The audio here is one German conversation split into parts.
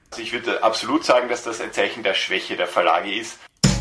Ich würde absolut sagen, dass das ein Zeichen der Schwäche der Verlage ist.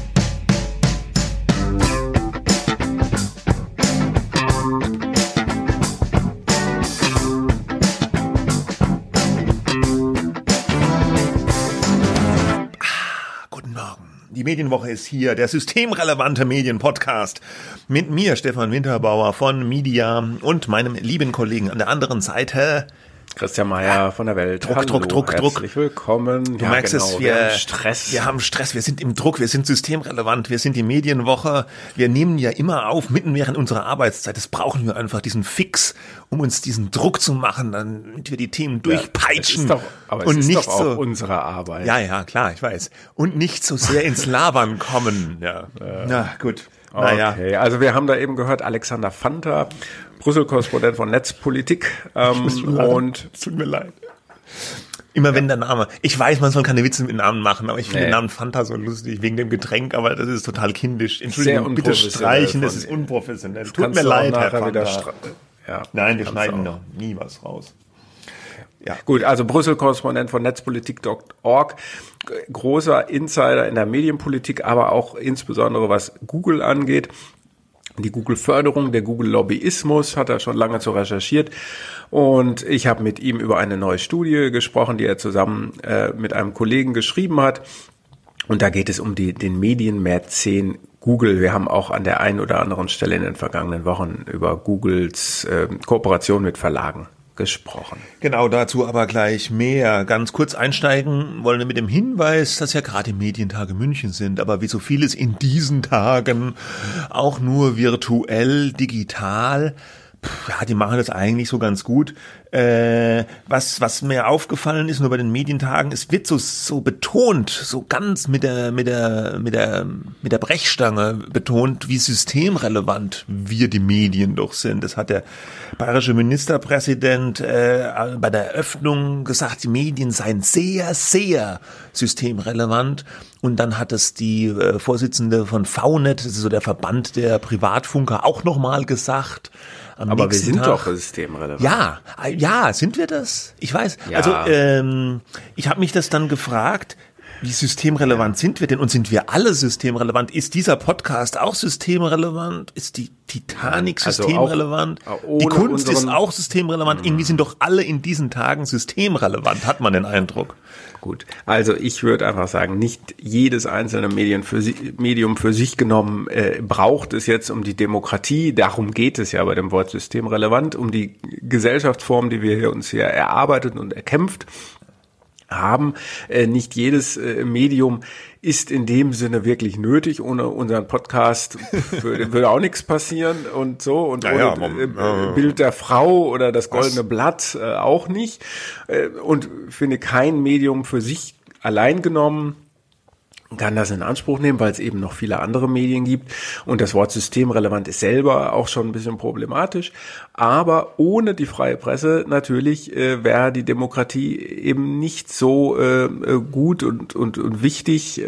Guten Morgen. Die Medienwoche ist hier, der systemrelevante Medienpodcast. Mit mir, Stefan Winterbauer von Media und meinem lieben Kollegen an der anderen Seite, Christian Mayer von der Welt. Druck. Herzlich willkommen. Du merkst es, wir haben Stress. Wir haben Stress, wir sind im Druck, wir sind systemrelevant, wir sind die Medienwoche. Wir nehmen ja immer auf, mitten während unserer Arbeitszeit. Das brauchen wir einfach, diesen Fix, um uns diesen Druck zu machen, damit wir die Themen durchpeitschen. Es ist doch auch unsere Arbeit. Ja, klar, ich weiß. Und nicht so sehr ins Labern kommen. Ja, na gut. Okay, also wir haben da eben gehört, Alexander Fanta, Brüssel-Korrespondent von Netzpolitik. Und es tut mir leid. Immer wenn der Name, ich weiß, man soll keine Witze mit dem Namen machen, aber ich finde den Namen Fanta so lustig wegen dem Getränk, aber das ist total kindisch. Entschuldigung, bitte streichen, das ist unprofessionell. Tut mir leid, Herr Fanta. Nein, wir schneiden noch nie was raus. Ja. Gut, also Brüssel-Korrespondent von Netzpolitik.org, großer Insider in der Medienpolitik, aber auch insbesondere was Google angeht. Die Google-Förderung, der Google-Lobbyismus hat er schon lange zu recherchiert. Und ich habe mit ihm über eine neue Studie gesprochen, die er zusammen mit einem Kollegen geschrieben hat. Und da geht es um den Medienmäzen Google. Wir haben auch an der einen oder anderen Stelle in den vergangenen Wochen über Googles Kooperation mit Verlagen gesprochen. Genau, dazu aber gleich mehr. Ganz kurz einsteigen wollen wir mit dem Hinweis, dass ja gerade Medientage München sind, aber wie so vieles in diesen Tagen auch nur virtuell, digital. Ja, die machen das eigentlich so ganz gut. Was mir aufgefallen ist, nur bei den Medientagen, es wird so betont, so ganz mit der Brechstange betont, wie systemrelevant wir die Medien doch sind. Das hat der bayerische Ministerpräsident bei der Eröffnung gesagt, die Medien seien sehr, sehr systemrelevant. Und dann hat es die Vorsitzende von VNet, das ist so der Verband der Privatfunker, auch nochmal gesagt. Aber wir sind doch systemrelevant. Ja, sind wir das? Ich weiß. Ja. Also ich habe mich das dann gefragt, wie systemrelevant sind wir denn? Und sind wir alle systemrelevant? Ist dieser Podcast auch systemrelevant? Ist die Titanic systemrelevant? Die Kunst ist auch systemrelevant. Irgendwie sind doch alle in diesen Tagen systemrelevant, hat man den Eindruck. Gut, also ich würde einfach sagen, nicht jedes einzelne Medium für sich genommen braucht es jetzt um die Demokratie. Darum geht es ja bei dem Wort systemrelevant, um die Gesellschaftsform, die wir uns hier erarbeitet und erkämpft haben. Nicht jedes Medium ist in dem Sinne wirklich nötig. Ohne unseren Podcast würde auch nichts passieren und so. Und ohne Bild der Frau oder das Goldene Blatt auch nicht. Und finde kein Medium für sich allein genommen kann das in Anspruch nehmen, weil es eben noch viele andere Medien gibt. Und das Wort systemrelevant ist selber auch schon ein bisschen problematisch. Aber ohne die freie Presse natürlich wäre die Demokratie eben nicht so gut und wichtig,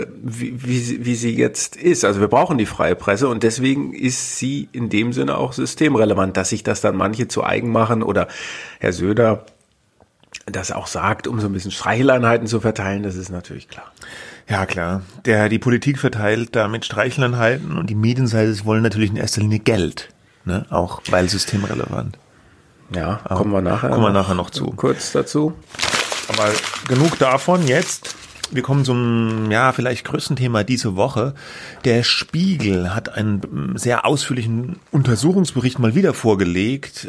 wie sie jetzt ist. Also wir brauchen die freie Presse und deswegen ist sie in dem Sinne auch systemrelevant. Dass sich das dann manche zu eigen machen oder Herr Söder das auch sagt, um so ein bisschen Streicheleinheiten zu verteilen, das ist natürlich klar. Ja, klar. Die Politik verteilt damit Streicheleinheiten und die Medienseite wollen natürlich in erster Linie Geld, ne? Auch weil systemrelevant. Ja, kommen wir nachher noch zu. Kurz dazu. Aber genug davon jetzt. Wir kommen zum, vielleicht größten Thema diese Woche. Der Spiegel hat einen sehr ausführlichen Untersuchungsbericht mal wieder vorgelegt.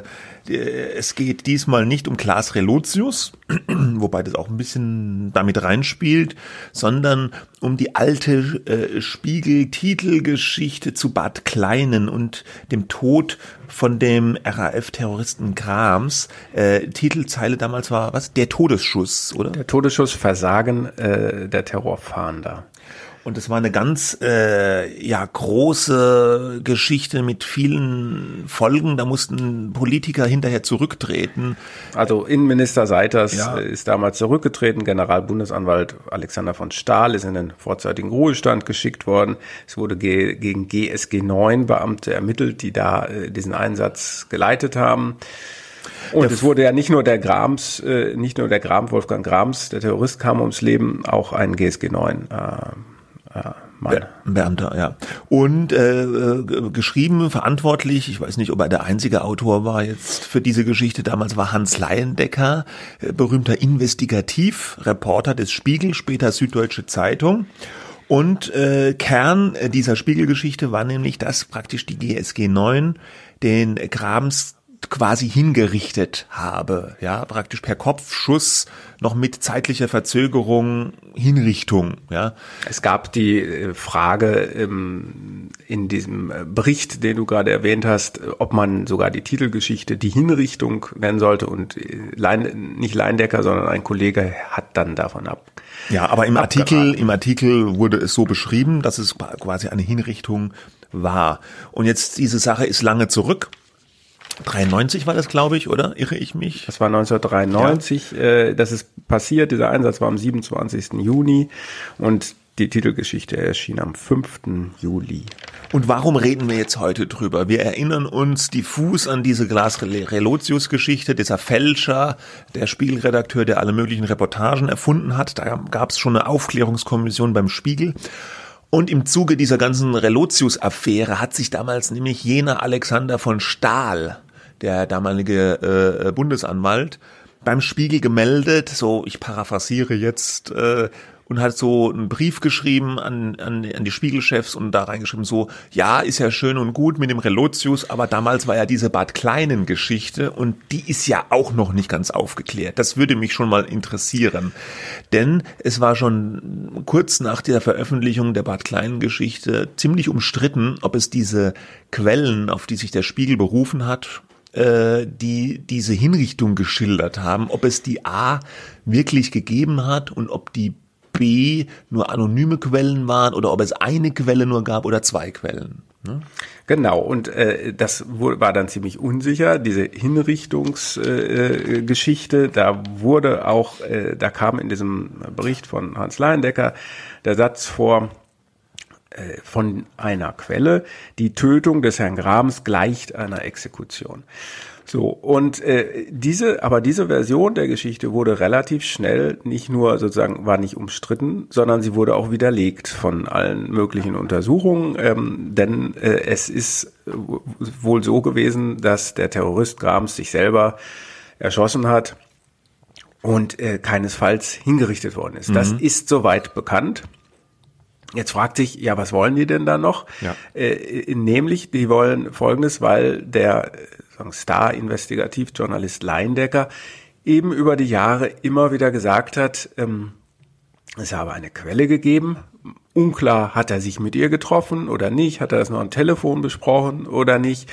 Es geht diesmal nicht um Klaas Relotius, wobei das auch ein bisschen damit reinspielt, sondern um die alte Spiegel-Titelgeschichte zu Bad Kleinen und dem Tod von dem RAF-Terroristen Grams. Titelzeile damals war, was? Der Todesschuss, oder? Der Todesschuss, Versagen der Terrorfahnder. Und es war eine ganz große Geschichte mit vielen Folgen. Da mussten Politiker hinterher zurücktreten. Also Innenminister Seiters ist damals zurückgetreten. Generalbundesanwalt Alexander von Stahl ist in den vorzeitigen Ruhestand geschickt worden. Es wurde gegen GSG 9 Beamte ermittelt, die da diesen Einsatz geleitet haben. Und es wurde ja nicht nur der Wolfgang Grams, der Terrorist, kam ums Leben, auch ein GSG 9 Mann. Beamter, ja. Und geschrieben, verantwortlich, ich weiß nicht, ob er der einzige Autor war jetzt für diese Geschichte, damals war Hans Leyendecker, berühmter Investigativreporter des Spiegel, später Süddeutsche Zeitung. Und Kern dieser Spiegelgeschichte war nämlich, dass praktisch die GSG 9 den Grams quasi hingerichtet habe, ja, praktisch per Kopfschuss noch mit zeitlicher Verzögerung Hinrichtung, ja. Es gab die Frage in diesem Bericht, den du gerade erwähnt hast, ob man sogar die Titelgeschichte die Hinrichtung nennen sollte, und nicht Leyendecker, sondern ein Kollege hat dann davon Ja, aber im Artikel wurde es so beschrieben, dass es quasi eine Hinrichtung war. Und jetzt diese Sache ist lange zurück. 93 war das, glaube ich, oder? Irre ich mich? Das war 1993, ja. Das ist passiert. Dieser Einsatz war am 27. Juni und die Titelgeschichte erschien am 5. Juli. Und warum reden wir jetzt heute drüber? Wir erinnern uns diffus an diese Glas-Relotius-Geschichte, dieser Fälscher, der Spiegelredakteur, der alle möglichen Reportagen erfunden hat. Da gab es schon eine Aufklärungskommission beim Spiegel. Und im Zuge dieser ganzen Relotius-Affäre hat sich damals nämlich jener Alexander von Stahl, der damalige Bundesanwalt, beim Spiegel gemeldet, so ich paraphrasiere jetzt, und hat so einen Brief geschrieben an die Spiegelchefs und da reingeschrieben so, ja, ist ja schön und gut mit dem Relotius, aber damals war ja diese Bad Kleinen-Geschichte und die ist ja auch noch nicht ganz aufgeklärt. Das würde mich schon mal interessieren, denn es war schon kurz nach der Veröffentlichung der Bad Kleinen-Geschichte ziemlich umstritten, ob es diese Quellen, auf die sich der Spiegel berufen hat, die diese Hinrichtung geschildert haben, ob es die A wirklich gegeben hat und ob die B nur anonyme Quellen waren oder ob es eine Quelle nur gab oder zwei Quellen. Ne? Genau, und das war dann ziemlich unsicher, diese Hinrichtungsgeschichte. Da wurde auch, da kam in diesem Bericht von Hans Leyendecker der Satz vor, von einer Quelle, die Tötung des Herrn Grams gleicht einer Exekution. So, und diese Version der Geschichte wurde relativ schnell nicht nur sozusagen, war nicht umstritten, sondern sie wurde auch widerlegt von allen möglichen Untersuchungen, denn es ist wohl so gewesen, dass der Terrorist Grams sich selber erschossen hat und keinesfalls hingerichtet worden ist. Das ist soweit bekannt. Jetzt fragt sich, ja, was wollen die denn da noch? Ja. Nämlich, die wollen Folgendes, weil der Star-Investigativjournalist Leyendecker eben über die Jahre immer wieder gesagt hat, es habe eine Quelle gegeben. Unklar, hat er sich mit ihr getroffen oder nicht? Hat er das noch am Telefon besprochen oder nicht?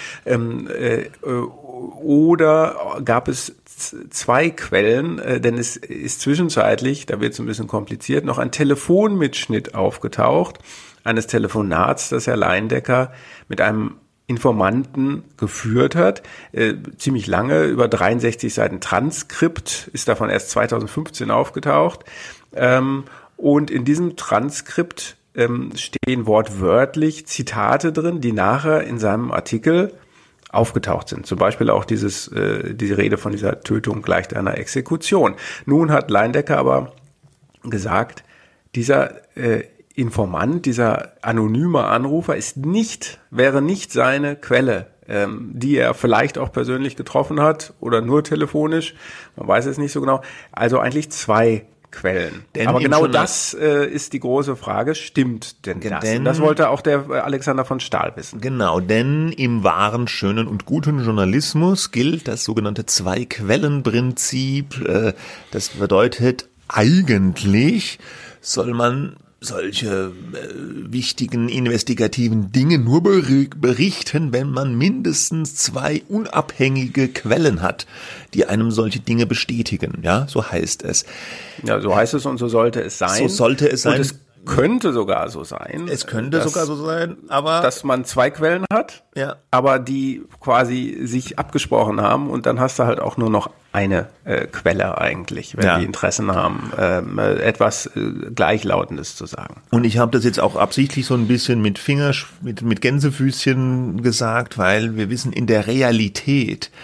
Oder gab es zwei Quellen, denn es ist zwischenzeitlich, da wird es ein bisschen kompliziert, noch ein Telefonmitschnitt aufgetaucht, eines Telefonats, das Herr Leyendecker mit einem Informanten geführt hat, ziemlich lange, über 63 Seiten Transkript, ist davon erst 2015 aufgetaucht, und in diesem Transkript stehen wortwörtlich Zitate drin, die nachher in seinem Artikel aufgetaucht sind. Zum Beispiel auch diese Rede von dieser Tötung gleicht einer Exekution. Nun hat Leyendecker aber gesagt, dieser Informant, dieser anonyme Anrufer wäre nicht seine Quelle, die er vielleicht auch persönlich getroffen hat oder nur telefonisch. Man weiß es nicht so genau. Also eigentlich zwei Quellen. Aber genau das ist die große Frage. Stimmt denn das? Und das wollte auch der Alexander von Stahl wissen. Genau, denn im wahren, schönen und guten Journalismus gilt das sogenannte Zwei-Quellen-Prinzip. Das bedeutet, eigentlich soll man solche wichtigen investigativen Dinge nur berichten, wenn man mindestens zwei unabhängige Quellen hat, die einem solche Dinge bestätigen. Ja, so heißt es. Ja, so heißt es und so sollte es sein. So sollte es sein. Und es könnte sogar so sein. Es könnte sogar so sein, aber dass man zwei Quellen hat, ja, aber die quasi sich abgesprochen haben und dann hast du halt auch nur noch eine Quelle eigentlich, wenn die Interessen haben, etwas Gleichlautendes zu sagen. Und ich habe das jetzt auch absichtlich so ein bisschen mit Gänsefüßchen gesagt, weil wir wissen, in der Realität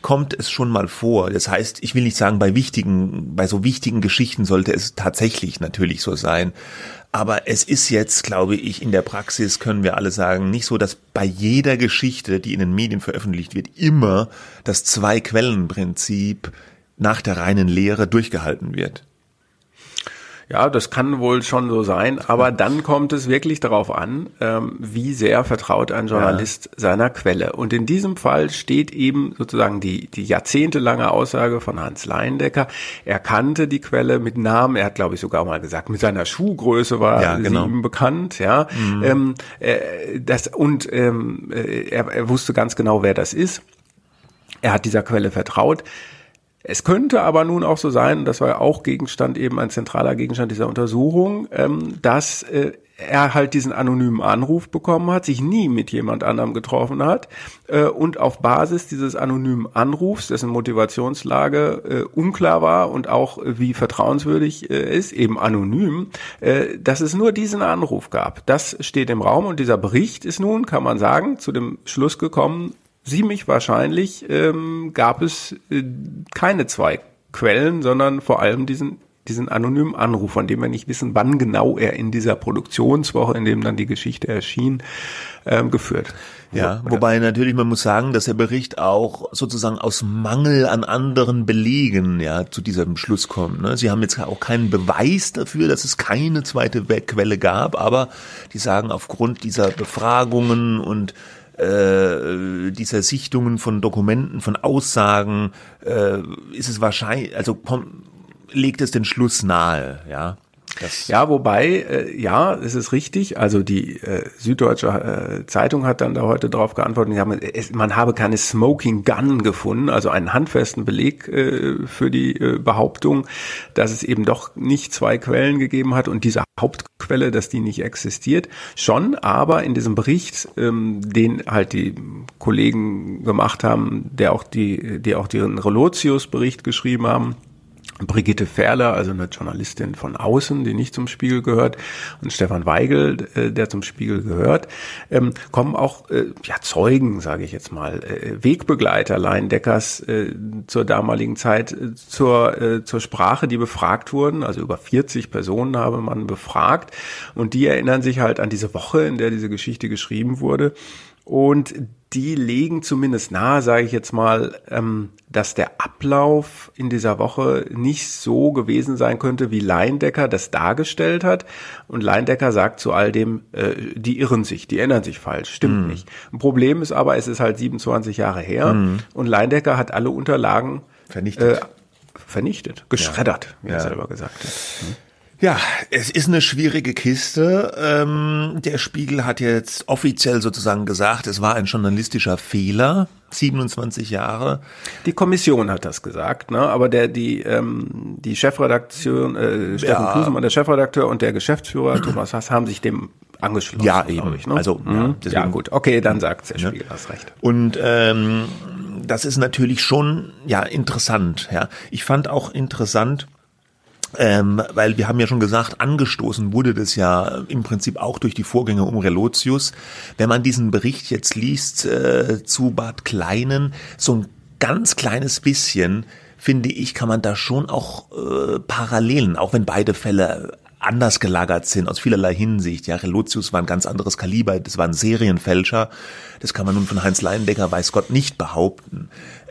kommt es schon mal vor. Das heißt, ich will nicht sagen, bei so wichtigen Geschichten sollte es tatsächlich natürlich so sein. Aber es ist jetzt, glaube ich, in der Praxis können wir alle sagen, nicht so, dass bei jeder Geschichte, die in den Medien veröffentlicht wird, immer das Zwei-Quellen-Prinzip nach der reinen Lehre durchgehalten wird. Ja, das kann wohl schon so sein, aber dann kommt es wirklich darauf an, wie sehr vertraut ein Journalist seiner Quelle. Und in diesem Fall steht eben sozusagen die jahrzehntelange Aussage von Hans Leyendecker. Er kannte die Quelle mit Namen, er hat, glaube ich, sogar mal gesagt, mit seiner Schuhgröße war sie ihm bekannt. Ja, er wusste ganz genau, wer das ist. Er hat dieser Quelle vertraut. Es könnte aber nun auch so sein, das war ja auch Gegenstand, eben ein zentraler Gegenstand dieser Untersuchung, dass er halt diesen anonymen Anruf bekommen hat, sich nie mit jemand anderem getroffen hat und auf Basis dieses anonymen Anrufs, dessen Motivationslage unklar war und auch wie vertrauenswürdig ist, eben anonym, dass es nur diesen Anruf gab. Das steht im Raum und dieser Bericht ist nun, kann man sagen, zu dem Schluss gekommen, ziemlich wahrscheinlich gab es keine zwei Quellen, sondern vor allem diesen anonymen Anruf, von dem wir nicht wissen, wann genau er in dieser Produktionswoche, in dem dann die Geschichte erschien, geführt. Ja, wobei natürlich man muss sagen, dass der Bericht auch sozusagen aus Mangel an anderen Belegen zu diesem Schluss kommt. Ne? Sie haben jetzt auch keinen Beweis dafür, dass es keine zweite Quelle gab, aber die sagen, aufgrund dieser Befragungen und dieser Sichtungen von Dokumenten, von Aussagen, ist es wahrscheinlich, legt es den Schluss nahe, ja. Wobei, es ist richtig, also die Süddeutsche Zeitung hat dann da heute darauf geantwortet, man habe keine Smoking Gun gefunden, also einen handfesten Beleg für die Behauptung, dass es eben doch nicht zwei Quellen gegeben hat und diese Hauptquelle, dass die nicht existiert, schon, aber in diesem Bericht, den halt die Kollegen gemacht haben, die auch den Relotius-Bericht geschrieben haben, Brigitte Ferler, also eine Journalistin von außen, die nicht zum Spiegel gehört, und Stefan Weigel, der zum Spiegel gehört, kommen auch Zeugen, sage ich jetzt mal, Wegbegleiter Leyendeckers zur damaligen Zeit zur Sprache, die befragt wurden. Also über 40 Personen habe man befragt und die erinnern sich halt an diese Woche, in der diese Geschichte geschrieben wurde. Und die legen zumindest nahe, sage ich jetzt mal, dass der Ablauf in dieser Woche nicht so gewesen sein könnte, wie Leyendecker das dargestellt hat. Und Leyendecker sagt zu all dem, die irren sich, die erinnern sich falsch, stimmt nicht. Ein Problem ist aber, es ist halt 27 Jahre her und Leyendecker hat alle Unterlagen vernichtet, geschreddert, wie er selber gesagt hat. Ja, es ist eine schwierige Kiste. Der Spiegel hat jetzt offiziell sozusagen gesagt, es war ein journalistischer Fehler. 27 Jahre. Die Kommission hat das gesagt, ne? Aber die Chefredaktion, Steffen Klusemann, der Chefredakteur, und der Geschäftsführer Thomas Hass haben sich dem angeschlossen. Ja, eben. Ich, ne? Also, deswegen, gut. Okay, dann sagt der Spiegel, hast recht. Und das ist natürlich schon interessant. Ja, ich fand auch interessant, weil wir haben ja schon gesagt, angestoßen wurde das ja im Prinzip auch durch die Vorgänge um Relotius. Wenn man diesen Bericht jetzt liest zu Bad Kleinen, so ein ganz kleines bisschen, finde ich, kann man da schon auch Parallelen, auch wenn beide Fälle anders gelagert sind, aus vielerlei Hinsicht. Ja, Relotius war ein ganz anderes Kaliber, das war ein Serienfälscher. Das kann man nun von Heinz Leyendecker, weiß Gott, nicht behaupten.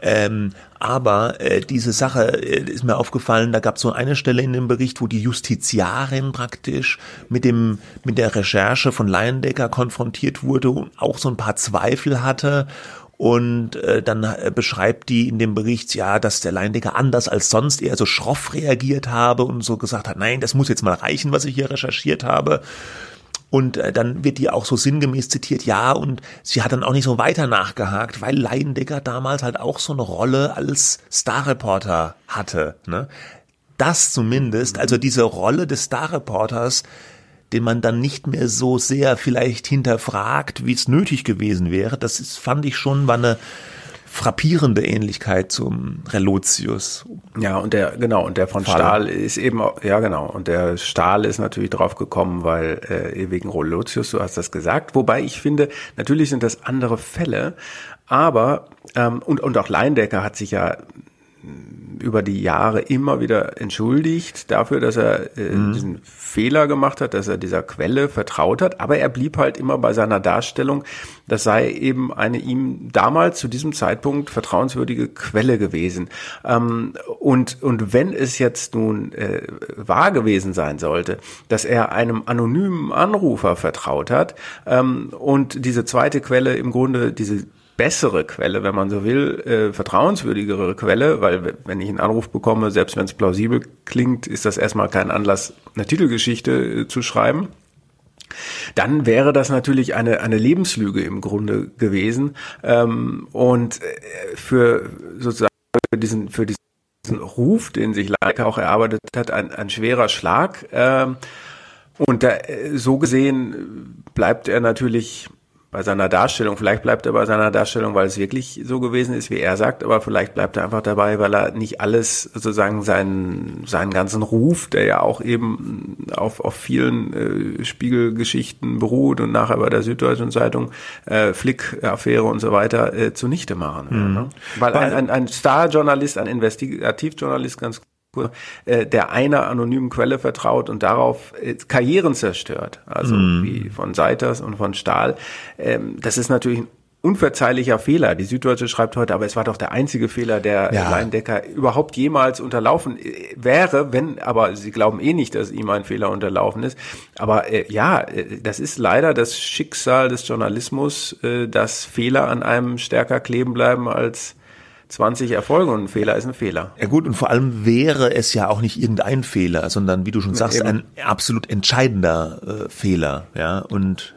Aber diese Sache ist mir aufgefallen, da gab es so eine Stelle in dem Bericht, wo die Justiziarin praktisch mit der Recherche von Leyendecker konfrontiert wurde und auch so ein paar Zweifel hatte. Und dann beschreibt die in dem Bericht, dass der Leyendecker anders als sonst eher so schroff reagiert habe und so gesagt hat, nein, das muss jetzt mal reichen, was ich hier recherchiert habe. Und dann wird die auch so sinngemäß zitiert, und sie hat dann auch nicht so weiter nachgehakt, weil Leyendecker damals halt auch so eine Rolle als Starreporter hatte. Ne? Das zumindest, also diese Rolle des Starreporters, den man dann nicht mehr so sehr vielleicht hinterfragt, wie es nötig gewesen wäre, fand ich schon, war eine frappierende Ähnlichkeit zum Relotius. Ja, und der von Stahl ist eben, und der Stahl ist natürlich drauf gekommen, weil wegen Relotius, du hast das gesagt, wobei ich finde, natürlich sind das andere Fälle, aber Und auch Leindecker hat sich ja über die Jahre immer wieder entschuldigt dafür, dass er diesen Fehler gemacht hat, dass er dieser Quelle vertraut hat, aber er blieb halt immer bei seiner Darstellung, das sei eben eine ihm damals zu diesem Zeitpunkt vertrauenswürdige Quelle gewesen. Und wenn es jetzt nun wahr gewesen sein sollte, dass er einem anonymen Anrufer vertraut hat und diese zweite Quelle im Grunde diese bessere Quelle, wenn man so will, vertrauenswürdigere Quelle, weil wenn ich einen Anruf bekomme, selbst wenn es plausibel klingt, ist das erstmal kein Anlass, eine Titelgeschichte zu schreiben. Dann wäre das natürlich eine Lebenslüge im Grunde gewesen und für sozusagen für diesen Ruf, den sich Leindecker auch erarbeitet hat, ein schwerer Schlag. Und so gesehen bleibt er natürlich bei seiner Darstellung, vielleicht bleibt er bei seiner Darstellung, weil es wirklich so gewesen ist, wie er sagt, aber vielleicht bleibt er einfach dabei, weil er nicht alles, sozusagen seinen ganzen Ruf, der ja auch eben auf vielen Spiegelgeschichten beruht und nachher bei der Süddeutschen Zeitung Flick-Affäre und so weiter zunichte machen. Ne? Weil ein Star-Journalist, ein Investigativjournalist, ganz der einer anonymen Quelle vertraut und darauf Karrieren zerstört, also wie von Seiters und von Stahl. Das ist natürlich ein unverzeihlicher Fehler. Die Süddeutsche schreibt heute, aber es war doch der einzige Fehler, der Leindecker überhaupt jemals unterlaufen wäre, aber sie glauben nicht, dass ihm ein Fehler unterlaufen ist. Aber das ist leider das Schicksal des Journalismus, dass Fehler an einem stärker kleben bleiben als 20 Erfolge und ein Fehler ist ein Fehler. Ja gut, und vor allem wäre es ja auch nicht irgendein Fehler, sondern wie du schon sagst, ein absolut entscheidender Fehler, ja. Und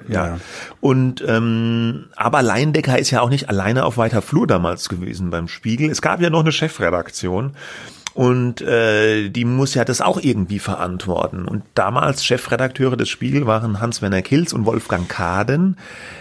aber Leindecker ist ja auch nicht alleine auf weiter Flur damals gewesen beim Spiegel. Es gab ja noch eine Chefredaktion. Und die muss ja das auch irgendwie verantworten. Und damals Chefredakteure des Spiegel waren Hans-Werner Kilz und Wolfgang Kaden.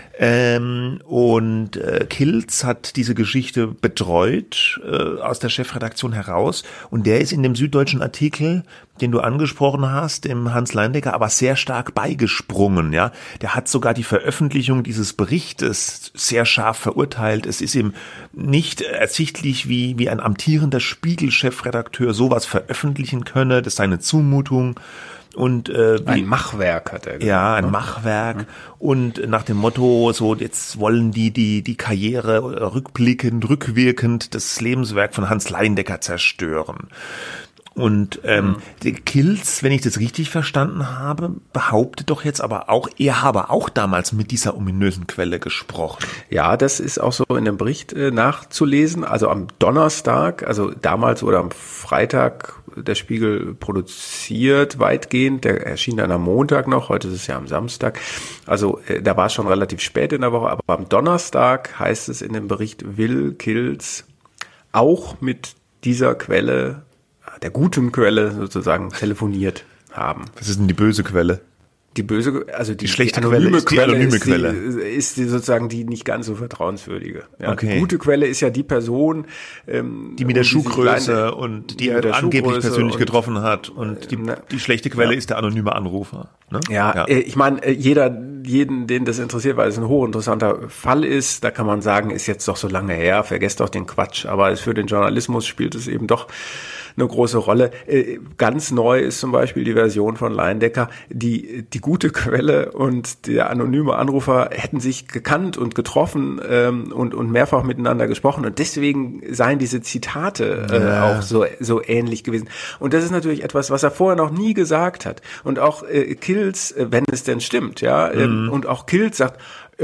Kilz hat diese Geschichte betreut aus der Chefredaktion heraus und der ist in dem süddeutschen Artikel, den du angesprochen hast, dem Hans Leindecker, aber sehr stark beigesprungen, ja. Der hat sogar die Veröffentlichung dieses Berichtes sehr scharf verurteilt. Es ist ihm nicht ersichtlich, wie ein amtierender Spiegel-Chefredakteur sowas veröffentlichen könne. Das sei eine Zumutung. Und ein Machwerk hat er gesagt. Ja, ein Machwerk. Und nach dem Motto, so jetzt wollen die Karriere rückwirkend das Lebenswerk von Hans Leindecker zerstören. Und der Kilz, wenn ich das richtig verstanden habe, behauptet doch jetzt aber auch, er habe auch damals mit dieser ominösen Quelle gesprochen. Ja, das ist auch so in dem Bericht nachzulesen. Also am Donnerstag, also damals oder am Freitag, der Spiegel produziert weitgehend, der erschien dann am Montag noch, heute ist es ja am Samstag. Also da war es schon relativ spät in der Woche, aber am Donnerstag heißt es in dem Bericht, will Kilz auch mit dieser Quelle, der guten Quelle sozusagen, telefoniert haben. Was ist denn die böse Quelle? Die böse, also die schlechte Quelle ist die anonyme Quelle. Ist die sozusagen die nicht ganz so vertrauenswürdige. Ja, okay. Die gute Quelle ist ja die Person, die mit der Schuhgröße und die er angeblich persönlich getroffen hat und die schlechte Quelle ist der anonyme Anrufer. Ne? Ja, ich meine, jeden, den das interessiert, weil es ein hochinteressanter Fall ist, da kann man sagen, ist jetzt doch so lange her, vergesst doch den Quatsch, aber für den Journalismus spielt es eben doch eine große Rolle. Ganz neu ist zum Beispiel die Version von Leindecker, die gute Quelle und der anonyme Anrufer hätten sich gekannt und getroffen und mehrfach miteinander gesprochen und deswegen seien diese Zitate auch so ähnlich gewesen. Und das ist natürlich etwas, was er vorher noch nie gesagt hat. Und auch Kilz, wenn es denn stimmt, und auch Kilz sagt,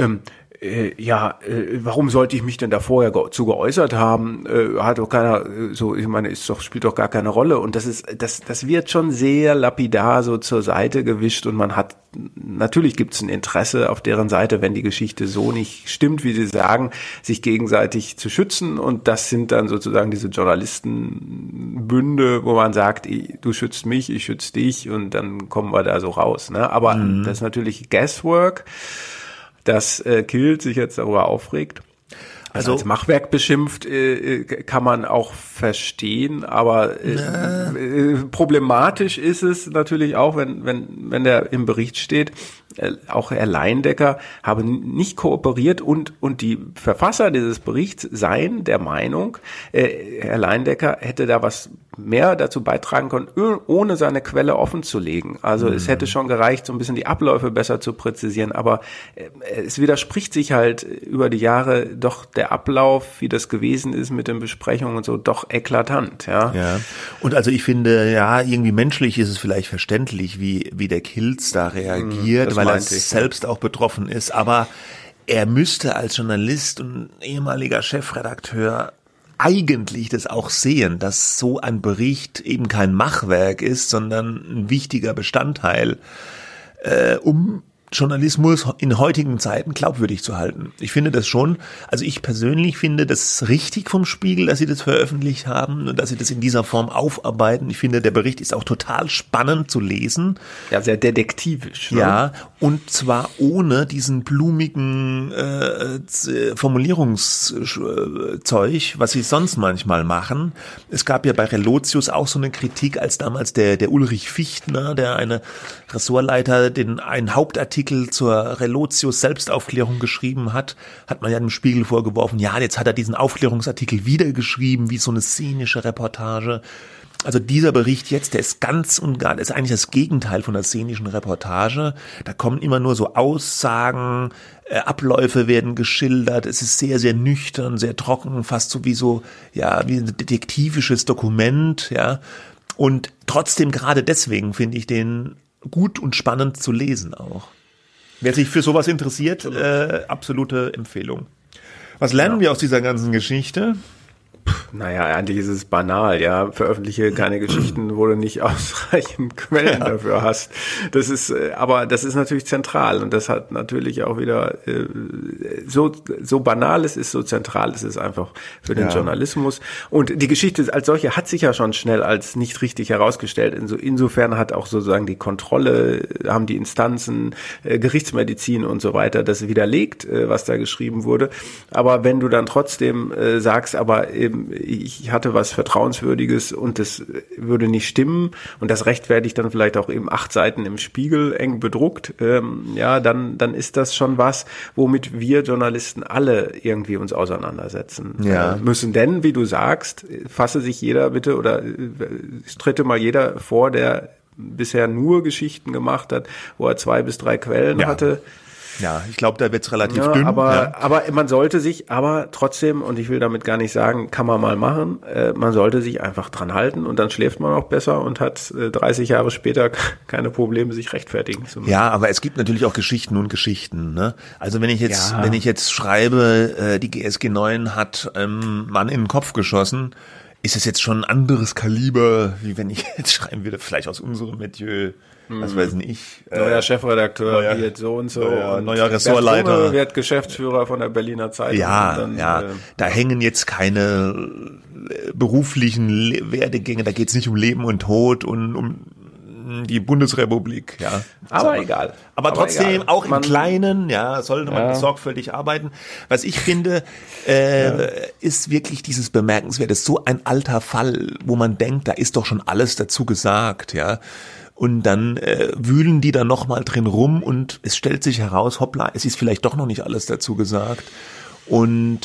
warum sollte ich mich denn da vorher zu geäußert haben? Hat doch keiner, ich meine, spielt doch gar keine Rolle. Und das wird schon sehr lapidar so zur Seite gewischt und natürlich gibt es ein Interesse auf deren Seite, wenn die Geschichte so nicht stimmt, wie sie sagen, sich gegenseitig zu schützen. Und das sind dann sozusagen diese Journalistenbünde, wo man sagt, du schützt mich, ich schütze dich und dann kommen wir da so raus. Ne? Aber das ist natürlich Guesswork, dass Kilz sich jetzt darüber aufregt. Also als Machwerk beschimpft, kann man auch verstehen, aber problematisch ist es natürlich auch, wenn der im Bericht steht, auch Herr Leindecker habe nicht kooperiert und die Verfasser dieses Berichts seien der Meinung, Herr Leindecker hätte da was mehr dazu beitragen können, ohne seine Quelle offen zu legen. Also es hätte schon gereicht, so ein bisschen die Abläufe besser zu präzisieren, aber es widerspricht sich halt über die Jahre doch der Ablauf, wie das gewesen ist mit den Besprechungen und so, doch eklatant. Ja. Und also ich finde, ja, irgendwie menschlich ist es vielleicht verständlich, wie der Kilz da reagiert, weil er selbst auch betroffen ist, aber er müsste als Journalist und ehemaliger Chefredakteur eigentlich das auch sehen, dass so ein Bericht eben kein Machwerk ist, sondern ein wichtiger Bestandteil, um Journalismus in heutigen Zeiten glaubwürdig zu halten. Ich finde das schon, also ich persönlich finde das richtig vom Spiegel, dass sie das veröffentlicht haben und dass sie das in dieser Form aufarbeiten. Ich finde, der Bericht ist auch total spannend zu lesen. Ja, sehr detektivisch. Ne? Ja, und zwar ohne diesen blumigen Formulierungszeug, was sie sonst manchmal machen. Es gab ja bei Relotius auch so eine Kritik, als damals der Ulrich Fichtner, der eine Ressortleiter, einen Hauptartikel zur Relotius Selbstaufklärung geschrieben hat man ja dem Spiegel vorgeworfen, ja, jetzt hat er diesen Aufklärungsartikel wieder geschrieben, wie so eine szenische Reportage. Also dieser Bericht jetzt, der ist ganz und gar, ist eigentlich das Gegenteil von der szenischen Reportage. Da kommen immer nur so Aussagen, Abläufe werden geschildert, es ist sehr, sehr nüchtern, sehr trocken, fast so wie ein detektivisches Dokument, ja. Und trotzdem gerade deswegen finde ich den gut und spannend zu lesen auch. Wer sich für sowas interessiert, absolute Empfehlung. Was lernen wir aus dieser ganzen Geschichte? Naja, eigentlich ist es banal, ja. Veröffentliche keine Geschichten, wo du nicht ausreichend Quellen dafür hast. Das ist natürlich zentral und das hat natürlich auch wieder so banal es ist, so zentral es ist einfach für den Journalismus. Und die Geschichte als solche hat sich ja schon schnell als nicht richtig herausgestellt. Insofern hat auch sozusagen die Kontrolle, haben die Instanzen, Gerichtsmedizin und so weiter das widerlegt, was da geschrieben wurde. Aber wenn du dann trotzdem sagst, aber ich hatte was Vertrauenswürdiges und das würde nicht stimmen und das rechtfertigt dann vielleicht auch eben 8 Seiten im Spiegel eng bedruckt, dann ist das schon was, womit wir Journalisten alle irgendwie uns auseinandersetzen müssen. Denn, wie du sagst, fasse sich jeder bitte oder trete mal jeder vor, der bisher nur Geschichten gemacht hat, wo er 2 bis 3 Quellen hatte. Ja, ich glaube, da wird's relativ dünn. Aber man sollte sich trotzdem, und ich will damit gar nicht sagen, kann man mal machen, man sollte sich einfach dran halten und dann schläft man auch besser und hat 30 Jahre später keine Probleme, sich rechtfertigen zu müssen. Ja, aber es gibt natürlich auch Geschichten und Geschichten, ne? Also wenn ich jetzt schreibe, die GSG 9 hat Mann in den Kopf geschossen, ist es jetzt schon ein anderes Kaliber, wie wenn ich jetzt schreiben würde, vielleicht aus unserem Metier, was weiß ich. Neuer Chefredakteur wird so und so. Neuer Ressortleiter. Wird Geschäftsführer von der Berliner Zeitung. Da hängen jetzt keine beruflichen Werdegänge, da geht's nicht um Leben und Tod und um die Bundesrepublik, ja. Aber egal. Aber trotzdem, auch im Kleinen, sollte man sorgfältig arbeiten. Was ich finde, ist wirklich dieses Bemerkenswerte, so ein alter Fall, wo man denkt, da ist doch schon alles dazu gesagt, ja. Und dann wühlen die da nochmal drin rum und es stellt sich heraus, hoppla, es ist vielleicht doch noch nicht alles dazu gesagt. Und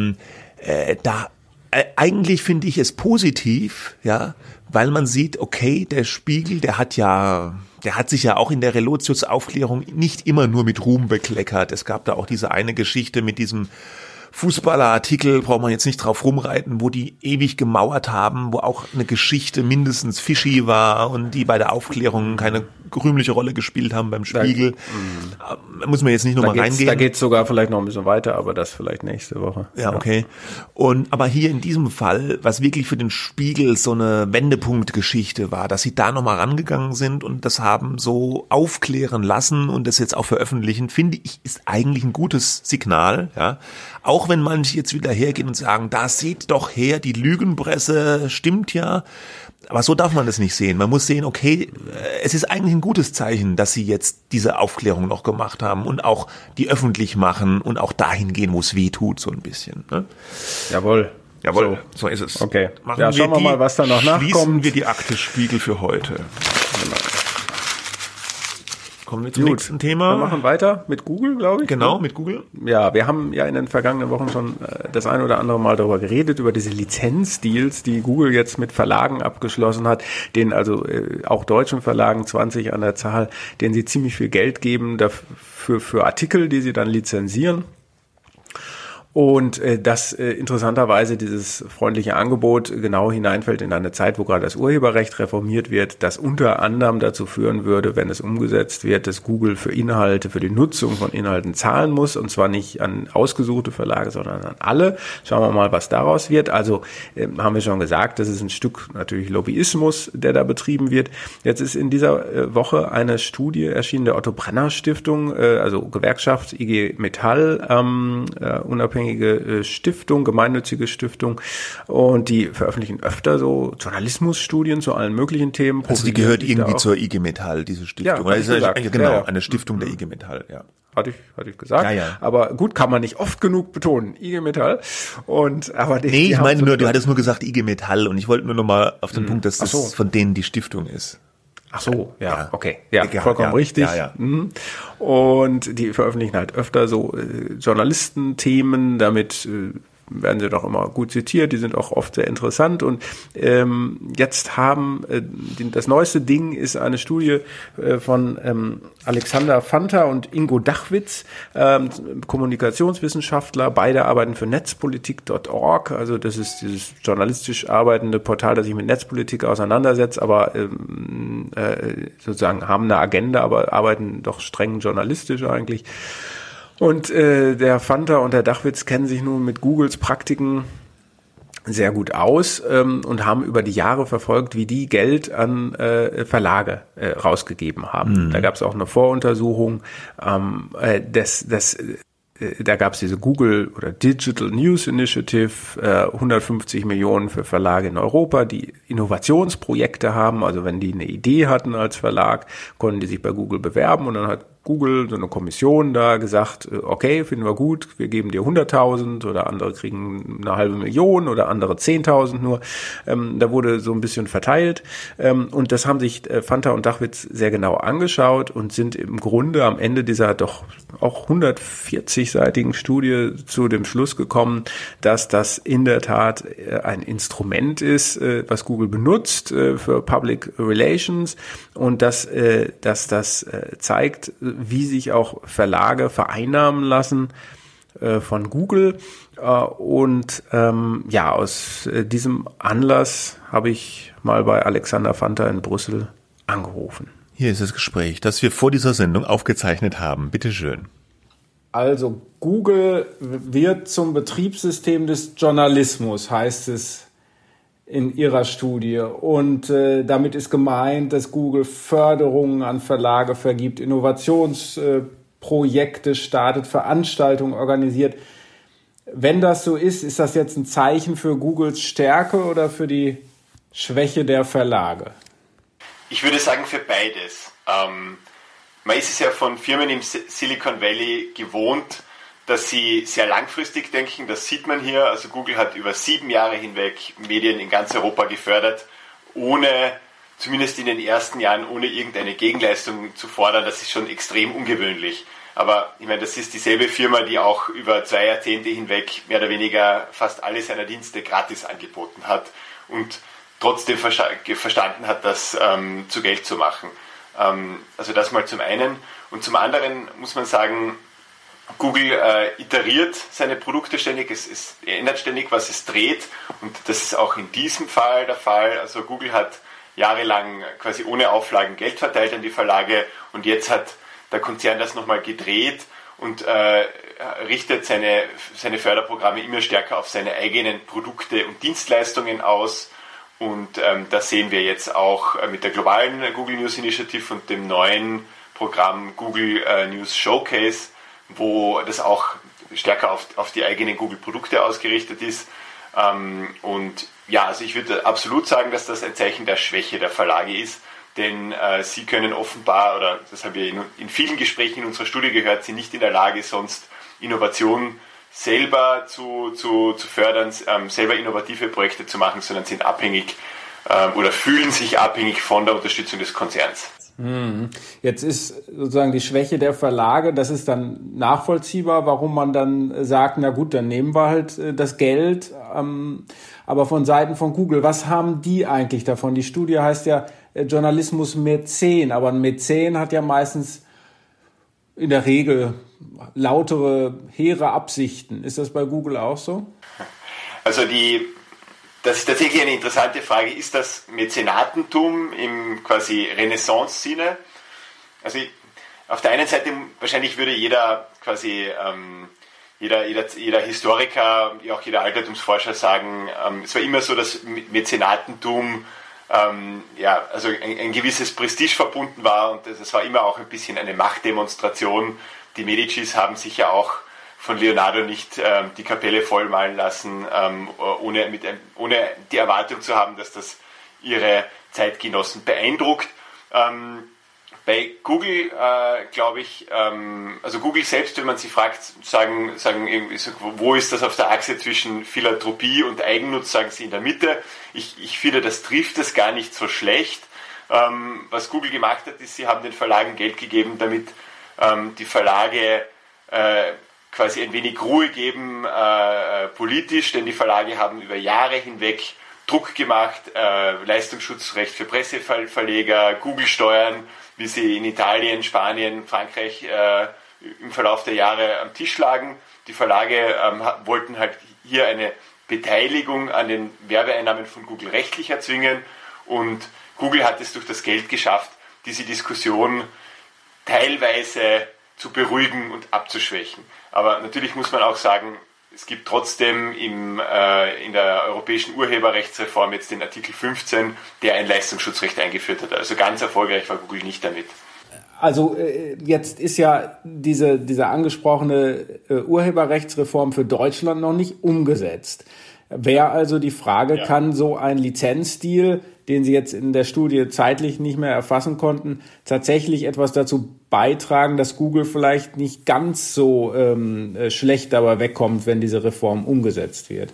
eigentlich finde ich es positiv, ja, weil man sieht, okay, der Spiegel, der hat sich ja auch in der Relotius-Aufklärung nicht immer nur mit Ruhm bekleckert. Es gab da auch diese eine Geschichte mit diesem Fußballerartikel, braucht man jetzt nicht drauf rumreiten, wo die ewig gemauert haben, wo auch eine Geschichte mindestens fishy war und die bei der Aufklärung keine rühmliche Rolle gespielt haben beim Spiegel. Da muss man jetzt nicht nochmal reingehen. Da geht's sogar vielleicht noch ein bisschen weiter, aber das vielleicht nächste Woche. Ja, okay. Aber hier in diesem Fall, was wirklich für den Spiegel so eine Wendepunktgeschichte war, dass sie da nochmal rangegangen sind und das haben so aufklären lassen und das jetzt auch veröffentlichen, finde ich, ist eigentlich ein gutes Signal, ja. Auch wenn manche jetzt wieder hergehen und sagen, da seht doch her, die Lügenpresse stimmt ja. Aber so darf man das nicht sehen. Man muss sehen, okay, es ist eigentlich ein gutes Zeichen, dass sie jetzt diese Aufklärung noch gemacht haben und auch die öffentlich machen und auch dahin gehen, wo es weh tut, so ein bisschen. Ne? Jawohl, so ist es. Okay, schauen wir mal, was da noch nachkommt. Schließen wir die Akte Spiegel für heute. Kommen wir zum nächsten Thema. Wir machen weiter mit Google, glaube ich. Genau, mit Google. Ja, wir haben ja in den vergangenen Wochen schon das ein oder andere Mal darüber geredet, über diese Lizenzdeals, die Google jetzt mit Verlagen abgeschlossen hat, denen also auch deutschen Verlagen, 20 an der Zahl, denen sie ziemlich viel Geld geben dafür für Artikel, die sie dann lizenzieren. Und dass interessanterweise dieses freundliche Angebot genau hineinfällt in eine Zeit, wo gerade das Urheberrecht reformiert wird, das unter anderem dazu führen würde, wenn es umgesetzt wird, dass Google für Inhalte, für die Nutzung von Inhalten zahlen muss, und zwar nicht an ausgesuchte Verlage, sondern an alle. Schauen wir mal, was daraus wird. Also haben wir schon gesagt, das ist ein Stück natürlich Lobbyismus, der da betrieben wird. Jetzt ist in dieser Woche eine Studie erschienen der Otto Brenner Stiftung, also Gewerkschaft IG Metall, unabhängige Stiftung, gemeinnützige Stiftung, und die veröffentlichen öfter so Journalismusstudien zu allen möglichen Themen. Also die gehört irgendwie zur IG Metall, diese Stiftung. Ja, oder ist das genau, ja. Eine Stiftung der IG Metall, ja. Hatte ich gesagt. Ja, ja. Aber gut, kann man nicht oft genug betonen. IG Metall. Ich meine nur, du hattest nur gesagt IG Metall, und ich wollte nur noch mal auf den Punkt, dass das von denen die Stiftung ist. Ach so, ja, okay. Ja, vollkommen richtig. Ja. Und die veröffentlichen halt öfter so Journalistenthemen, damit werden sie doch immer gut zitiert, die sind auch oft sehr interessant, und jetzt haben das neueste Ding ist eine Studie von Alexander Fanta und Ingo Dachwitz, Kommunikationswissenschaftler, beide arbeiten für netzpolitik.org, also das ist dieses journalistisch arbeitende Portal, das sich mit Netzpolitik auseinandersetzt, aber sozusagen haben eine Agenda, aber arbeiten doch streng journalistisch eigentlich. Und der Fanta und der Dachwitz kennen sich nun mit Googles Praktiken sehr gut aus und haben über die Jahre verfolgt, wie die Geld an Verlage rausgegeben haben. Da gab es auch eine Voruntersuchung, da gab es diese Google oder Digital News Initiative, 150 Millionen für Verlage in Europa, die Innovationsprojekte haben. Also wenn die eine Idee hatten als Verlag, konnten die sich bei Google bewerben, und dann hat Google, so eine Kommission da gesagt, okay, finden wir gut, wir geben dir 100.000, oder andere kriegen eine halbe Million oder andere 10.000 nur. Da wurde so ein bisschen verteilt, und das haben sich Fanta und Dachwitz sehr genau angeschaut und sind im Grunde am Ende dieser doch auch 140-seitigen Studie zu dem Schluss gekommen, dass das in der Tat ein Instrument ist, was Google benutzt für Public Relations, und dass das zeigt, wie sich auch Verlage vereinnahmen lassen von Google. Und aus diesem Anlass habe ich mal bei Alexander Fanta in Brüssel angerufen. Hier ist das Gespräch, das wir vor dieser Sendung aufgezeichnet haben. Bitte schön. Also Google wird zum Betriebssystem des Journalismus, heißt es in ihrer Studie. Und damit ist gemeint, dass Google Förderungen an Verlage vergibt, Innovationsprojekte startet, Veranstaltungen organisiert. Wenn das so ist, ist das jetzt ein Zeichen für Googles Stärke oder für die Schwäche der Verlage? Ich würde sagen für beides. Man ist es ja von Firmen im Silicon Valley gewohnt, dass sie sehr langfristig denken. Das sieht man hier. Also Google hat über 7 Jahre hinweg Medien in ganz Europa gefördert, zumindest in den ersten Jahren, ohne irgendeine Gegenleistung zu fordern. Das ist schon extrem ungewöhnlich. Aber ich meine, das ist dieselbe Firma, die auch über 2 Jahrzehnte hinweg mehr oder weniger fast alle seiner Dienste gratis angeboten hat und trotzdem verstanden hat, das zu Geld zu machen. Also das mal zum einen. Und zum anderen muss man sagen, Google iteriert seine Produkte ständig, es ändert ständig, was es dreht, und das ist auch in diesem Fall der Fall. Also Google hat jahrelang quasi ohne Auflagen Geld verteilt an die Verlage, und jetzt hat der Konzern das nochmal gedreht und richtet seine Förderprogramme immer stärker auf seine eigenen Produkte und Dienstleistungen aus. Und das sehen wir jetzt auch mit der globalen Google News Initiative und dem neuen Programm Google News Showcase, wo das auch stärker auf die eigenen Google-Produkte ausgerichtet ist. Und ja, also ich würde absolut sagen, dass das ein Zeichen der Schwäche der Verlage ist, denn sie können offenbar, oder das haben wir in vielen Gesprächen in unserer Studie gehört, sind nicht in der Lage, sonst Innovation selber zu fördern, selber innovative Projekte zu machen, sondern sind abhängig oder fühlen sich abhängig von der Unterstützung des Konzerns. Jetzt ist sozusagen die Schwäche der Verlage, das ist dann nachvollziehbar, warum man dann sagt, na gut, dann nehmen wir halt das Geld. Aber von Seiten von Google, was haben die eigentlich davon? Die Studie heißt ja Journalismus Mäzen, aber ein Mäzen hat ja meistens in der Regel lautere, hehre Absichten. Ist das bei Google auch so? Also das ist tatsächlich eine interessante Frage. Ist das Mäzenatentum im quasi Renaissance-Sinne? Also auf der einen Seite wahrscheinlich würde jeder Historiker, auch jeder Altertumsforscher sagen, es war immer so, dass Mäzenatentum also ein gewisses Prestige verbunden war und es war immer auch ein bisschen eine Machtdemonstration. Die Medicis haben sich ja auch von Leonardo nicht die Kapelle vollmalen lassen, ohne die Erwartung zu haben, dass das ihre Zeitgenossen beeindruckt. Bei Google glaube ich, also Google selbst, wenn man sie fragt, sagen wo ist das auf der Achse zwischen Philanthropie und Eigennutz, sagen sie in der Mitte. Ich finde, das trifft es gar nicht so schlecht. Was Google gemacht hat, ist, sie haben den Verlagen Geld gegeben, damit die Verlage quasi ein wenig Ruhe geben politisch, denn die Verlage haben über Jahre hinweg Druck gemacht, Leistungsschutzrecht für Presseverleger, Google-Steuern, wie sie in Italien, Spanien, Frankreich im Verlauf der Jahre am Tisch lagen. Die Verlage wollten halt hier eine Beteiligung an den Werbeeinnahmen von Google rechtlich erzwingen und Google hat es durch das Geld geschafft, diese Diskussion teilweise zu beruhigen und abzuschwächen. Aber natürlich muss man auch sagen, es gibt trotzdem in der europäischen Urheberrechtsreform jetzt den Artikel 15, der ein Leistungsschutzrecht eingeführt hat. Also ganz erfolgreich war Google nicht damit. Also jetzt ist ja diese angesprochene Urheberrechtsreform für Deutschland noch nicht umgesetzt. Wäre also die Frage, kann so ein Lizenzdeal, den Sie jetzt in der Studie zeitlich nicht mehr erfassen konnten, tatsächlich etwas dazu beitragen, dass Google vielleicht nicht ganz so schlecht dabei wegkommt, wenn diese Reform umgesetzt wird?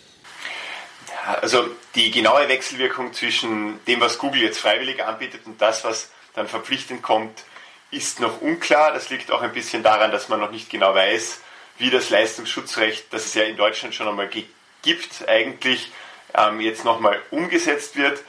Also die genaue Wechselwirkung zwischen dem, was Google jetzt freiwillig anbietet und das, was dann verpflichtend kommt, ist noch unklar. Das liegt auch ein bisschen daran, dass man noch nicht genau weiß, wie das Leistungsschutzrecht, das es ja in Deutschland schon einmal gibt, eigentlich jetzt nochmal umgesetzt wird.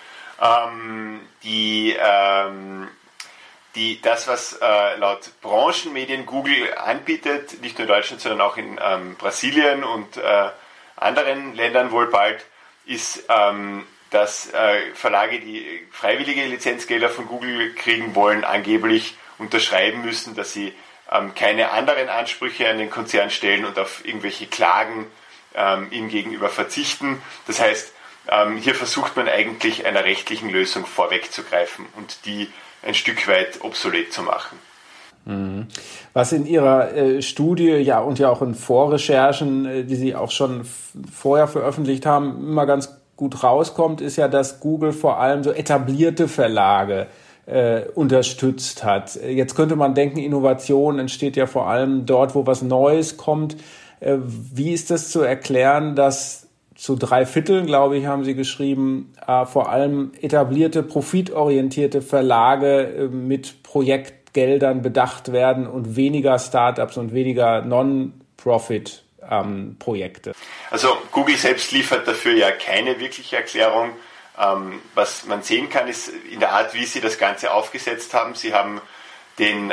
Das, was laut Branchenmedien Google anbietet, nicht nur in Deutschland, sondern auch in Brasilien und anderen Ländern wohl bald, ist, dass Verlage, die freiwillige Lizenzgelder von Google kriegen wollen, angeblich unterschreiben müssen, dass sie keine anderen Ansprüche an den Konzern stellen und auf irgendwelche Klagen ihm gegenüber verzichten. Das heißt, hier versucht man eigentlich einer rechtlichen Lösung vorwegzugreifen und die ein Stück weit obsolet zu machen. Was in Ihrer Studie und ja auch in Vorrecherchen, die Sie auch schon vorher veröffentlicht haben, immer ganz gut rauskommt, ist ja, dass Google vor allem so etablierte Verlage unterstützt hat. Jetzt könnte man denken, Innovation entsteht ja vor allem dort, wo was Neues kommt. Wie ist das zu erklären, dass zu 3/4, glaube ich, haben Sie geschrieben, vor allem etablierte, profitorientierte Verlage mit Projektgeldern bedacht werden und weniger Startups und weniger Non-Profit-Projekte? Also Google selbst liefert dafür ja keine wirkliche Erklärung. Was man sehen kann, ist in der Art, wie sie das Ganze aufgesetzt haben. Sie haben den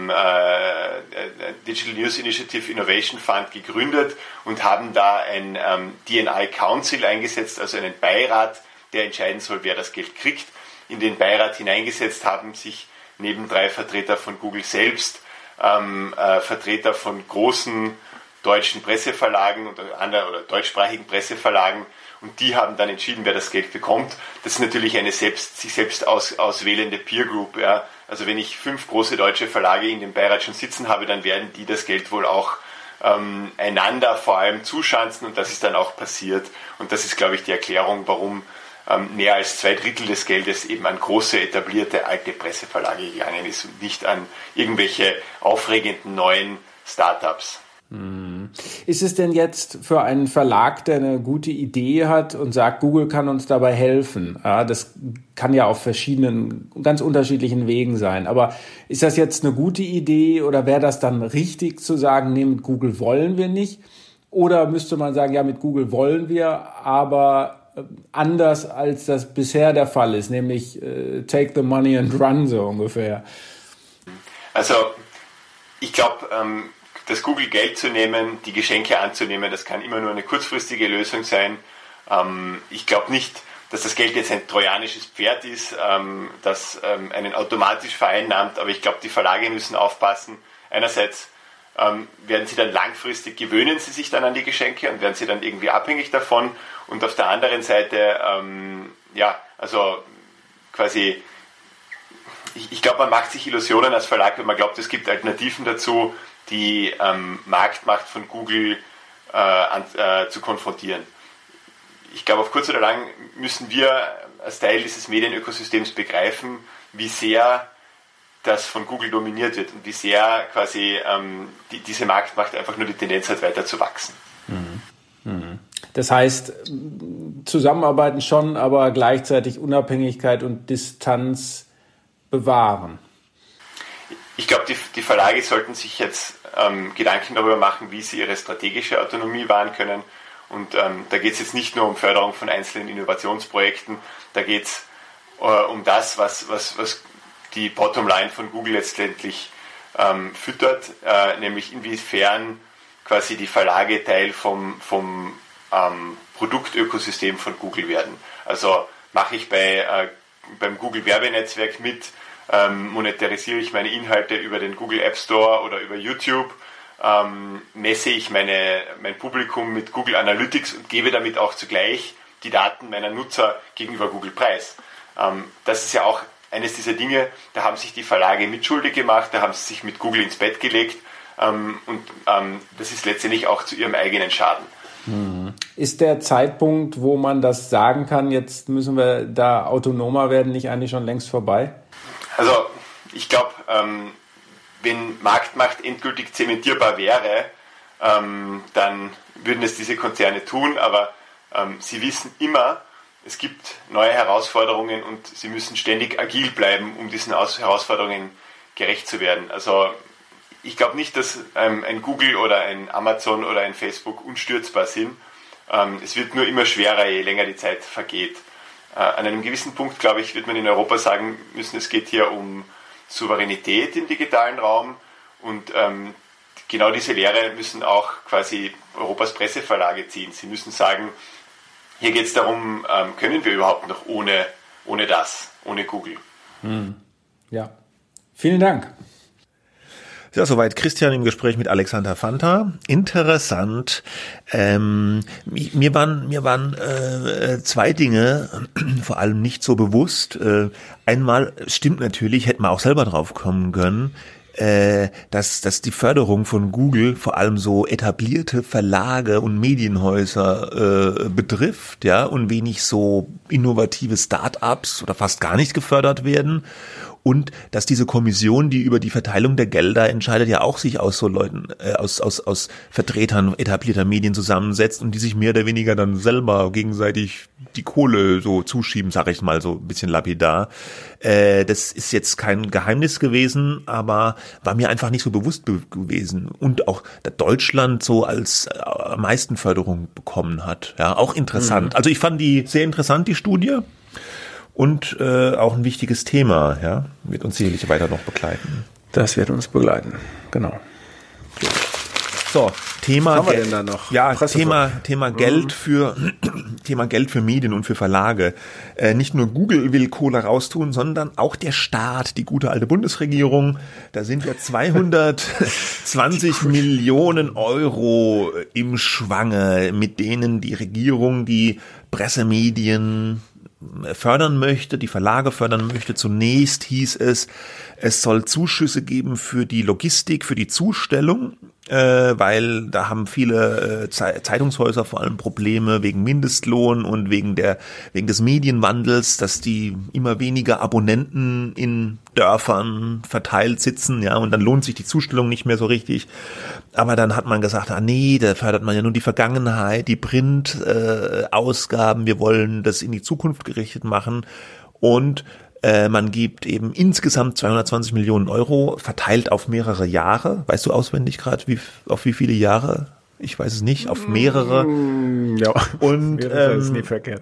Digital News Initiative Innovation Fund gegründet und haben da ein D&I Council eingesetzt, also einen Beirat, der entscheiden soll, wer das Geld kriegt. In den Beirat hineingesetzt haben sich neben 3 Vertreter von Google selbst Vertreter von großen deutschen Presseverlagen oder deutschsprachigen Presseverlagen und die haben dann entschieden, wer das Geld bekommt. Das ist natürlich eine sich selbst auswählende Peer Group. Ja. Also wenn ich 5 große deutsche Verlage in dem Beirat schon sitzen habe, dann werden die das Geld wohl auch einander vor allem zuschanzen und das ist dann auch passiert. Und das ist, glaube ich, die Erklärung, warum mehr als 2/3 des Geldes eben an große, etablierte, alte Presseverlage gegangen ist und nicht an irgendwelche aufregenden neuen Startups. Ist es denn jetzt für einen Verlag, der eine gute Idee hat und sagt, Google kann uns dabei helfen? Ja, das kann ja auf verschiedenen, ganz unterschiedlichen Wegen sein. Aber ist das jetzt eine gute Idee oder wäre das dann richtig zu sagen, nee, mit Google wollen wir nicht? Oder müsste man sagen, ja, mit Google wollen wir, aber anders als das bisher der Fall ist, nämlich take the money and run, so ungefähr? Also ich glaube, das Google Geld zu nehmen, die Geschenke anzunehmen, das kann immer nur eine kurzfristige Lösung sein. Ich glaube nicht, dass das Geld jetzt ein trojanisches Pferd ist, das einen automatisch vereinnahmt, aber ich glaube, die Verlage müssen aufpassen. Einerseits werden sie dann langfristig, gewöhnen sie sich dann an die Geschenke und werden sie dann irgendwie abhängig davon. Und auf der anderen Seite, also quasi, ich glaube, man macht sich Illusionen als Verlag, wenn man glaubt, es gibt Alternativen dazu, die Marktmacht von Google zu konfrontieren. Ich glaube, auf kurz oder lang müssen wir als Teil dieses Medienökosystems begreifen, wie sehr das von Google dominiert wird und wie sehr quasi diese Marktmacht einfach nur die Tendenz hat, weiter zu wachsen. Das heißt, zusammenarbeiten schon, aber gleichzeitig Unabhängigkeit und Distanz bewahren. Ich glaube, die Verlage sollten sich jetzt Gedanken darüber machen, wie sie ihre strategische Autonomie wahren können. Und da geht es jetzt nicht nur um Förderung von einzelnen Innovationsprojekten, da geht es um das, was die Bottomline von Google letztendlich füttert, nämlich inwiefern quasi die Verlage Teil vom Produktökosystem von Google werden. Also mache ich beim Google Werbenetzwerk mit, monetarisiere ich meine Inhalte über den Google App Store oder über YouTube, messe ich mein Publikum mit Google Analytics und gebe damit auch zugleich die Daten meiner Nutzer gegenüber Google preis. Das ist ja auch eines dieser Dinge, da haben sich die Verlage mitschuldig gemacht, da haben sie sich mit Google ins Bett gelegt und das ist letztendlich auch zu ihrem eigenen Schaden. Ist der Zeitpunkt, wo man das sagen kann, jetzt müssen wir da autonomer werden, nicht eigentlich schon längst vorbei? Also ich glaube, wenn Marktmacht endgültig zementierbar wäre, dann würden es diese Konzerne tun, aber sie wissen immer, es gibt neue Herausforderungen und sie müssen ständig agil bleiben, um diesen Herausforderungen gerecht zu werden. Also ich glaube nicht, dass ein Google oder ein Amazon oder ein Facebook unstürzbar sind. Es wird nur immer schwerer, je länger die Zeit vergeht. An einem gewissen Punkt, glaube ich, wird man in Europa sagen müssen, es geht hier um Souveränität im digitalen Raum und genau diese Lehre müssen auch quasi Europas Presseverlage ziehen. Sie müssen sagen, hier geht es darum, können wir überhaupt noch ohne Google? Ja, vielen Dank. Ja, soweit Christian im Gespräch mit Alexander Fanta. Interessant. Mir waren zwei Dinge vor allem nicht so bewusst. Einmal stimmt natürlich, hätte man auch selber drauf kommen können, dass die Förderung von Google vor allem so etablierte Verlage und Medienhäuser betrifft, ja, und wenig so innovative Start-ups oder fast gar nicht gefördert werden. Und dass diese Kommission, die über die Verteilung der Gelder entscheidet, ja auch sich aus so Leuten, aus Vertretern etablierter Medien zusammensetzt und die sich mehr oder weniger dann selber gegenseitig die Kohle so zuschieben, sage ich mal so ein bisschen lapidar. Das ist jetzt kein Geheimnis gewesen, aber war mir einfach nicht so bewusst gewesen. Und auch, dass Deutschland so als am meisten Förderung bekommen hat. Ja, auch interessant. Also ich fand die sehr interessant, die Studie. Und auch ein wichtiges Thema, ja, wird uns sicherlich weiter noch begleiten. Das wird uns begleiten, genau. So, Thema Was haben wir denn da noch? Ja, Thema Geld für Medien und für Verlage. Nicht nur Google will Kohle raustun, sondern auch der Staat, die gute alte Bundesregierung. Da sind ja 220 Millionen Euro im Schwange, mit denen die Regierung die Pressemedien fördern möchte, die Verlage fördern möchte. Zunächst hieß es, Es soll Zuschüsse geben für die Logistik, für die Zustellung, weil da haben viele Zeitungshäuser vor allem Probleme wegen Mindestlohn und wegen des Medienwandels, dass die immer weniger Abonnenten in Dörfern verteilt sitzen, ja, und dann lohnt sich die Zustellung nicht mehr so richtig. Aber dann hat man gesagt, nee, da fördert man ja nur die Vergangenheit, die Print-Ausgaben, wir wollen das in die Zukunft gerichtet machen und man gibt eben insgesamt 220 Millionen Euro, verteilt auf mehrere Jahre. Weißt du auswendig gerade, auf wie viele Jahre? Ich weiß es nicht, auf mehrere. Ja, und ist nie verkehrt.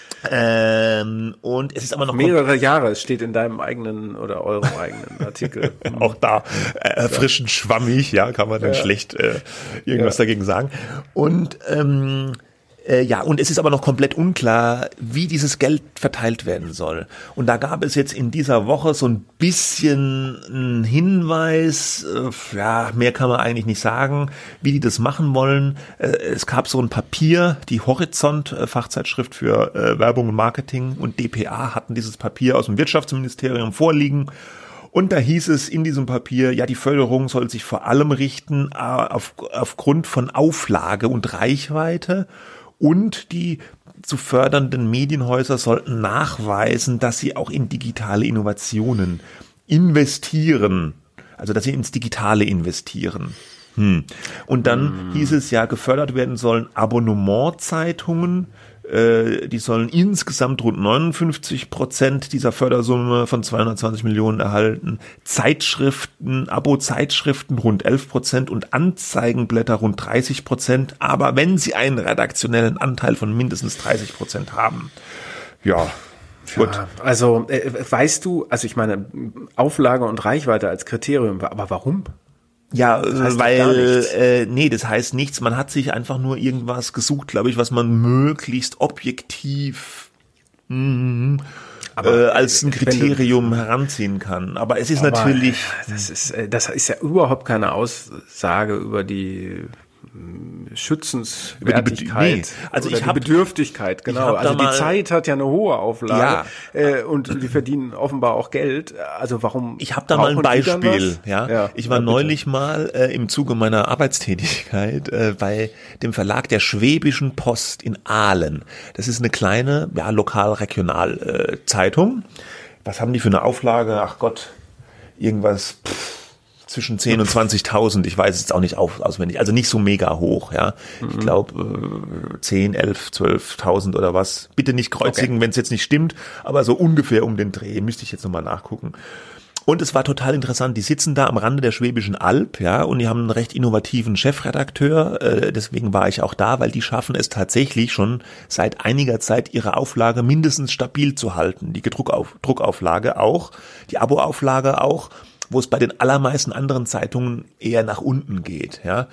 Und es ist aber noch mehrere Jahre, es steht in deinem eigenen oder eurem eigenen Artikel. Auch da erfrischend schwammig, ja, kann man dann schlecht irgendwas dagegen sagen. Und und es ist aber noch komplett unklar, wie dieses Geld verteilt werden soll. Und da gab es jetzt in dieser Woche so ein bisschen einen Hinweis, mehr kann man eigentlich nicht sagen, wie die das machen wollen. Es gab so ein Papier, die Horizont, Fachzeitschrift für Werbung und Marketing und dpa hatten dieses Papier aus dem Wirtschaftsministerium vorliegen. Und da hieß es in diesem Papier, ja, die Förderung soll sich vor allem richten aufgrund von Auflage und Reichweite. Und die zu fördernden Medienhäuser sollten nachweisen, dass sie auch in digitale Innovationen investieren. Also, dass sie ins Digitale investieren. Und dann hieß es ja, gefördert werden sollen Abonnementzeitungen. Die sollen insgesamt rund 59% dieser Fördersumme von 220 Millionen erhalten. Zeitschriften, Abo-Zeitschriften rund 11% und Anzeigenblätter rund 30%. Aber wenn sie einen redaktionellen Anteil von mindestens 30% haben. Ja, gut. Ja, also weißt du, also ich meine, Auflage und Reichweite als Kriterium, aber warum? Ja, das heißt weil, das heißt nichts. Man hat sich einfach nur irgendwas gesucht, glaube ich, was man möglichst objektiv als ein Kriterium heranziehen kann. Aber es ist natürlich... Das ist ja überhaupt keine Aussage über die Schützenswertigkeit, also oder die Bedürftigkeit, genau. Also die Zeit hat ja eine hohe Auflage und die verdienen offenbar auch Geld. Also warum? Ich habe da mal ein Beispiel. Ich war neulich mal im Zuge meiner Arbeitstätigkeit bei dem Verlag der Schwäbischen Post in Aalen. Das ist eine kleine, lokal-regional Zeitung. Was haben die für eine Auflage? Ach Gott, irgendwas... zwischen 10 und 20.000, ich weiß es jetzt auch nicht auswendig, also nicht so mega hoch, ja. Ich glaube 10, 11, 12.000 oder was. Bitte nicht kreuzigen, wenn es jetzt nicht stimmt, aber so ungefähr um den Dreh, müsste ich jetzt nochmal nachgucken. Und es war total interessant, die sitzen da am Rande der Schwäbischen Alb, ja, und die haben einen recht innovativen Chefredakteur, deswegen war ich auch da, weil die schaffen es tatsächlich schon seit einiger Zeit, ihre Auflage mindestens stabil zu halten, die Druckauflage auch, die Aboauflage auch, wo es bei den allermeisten anderen Zeitungen eher nach unten geht, ja.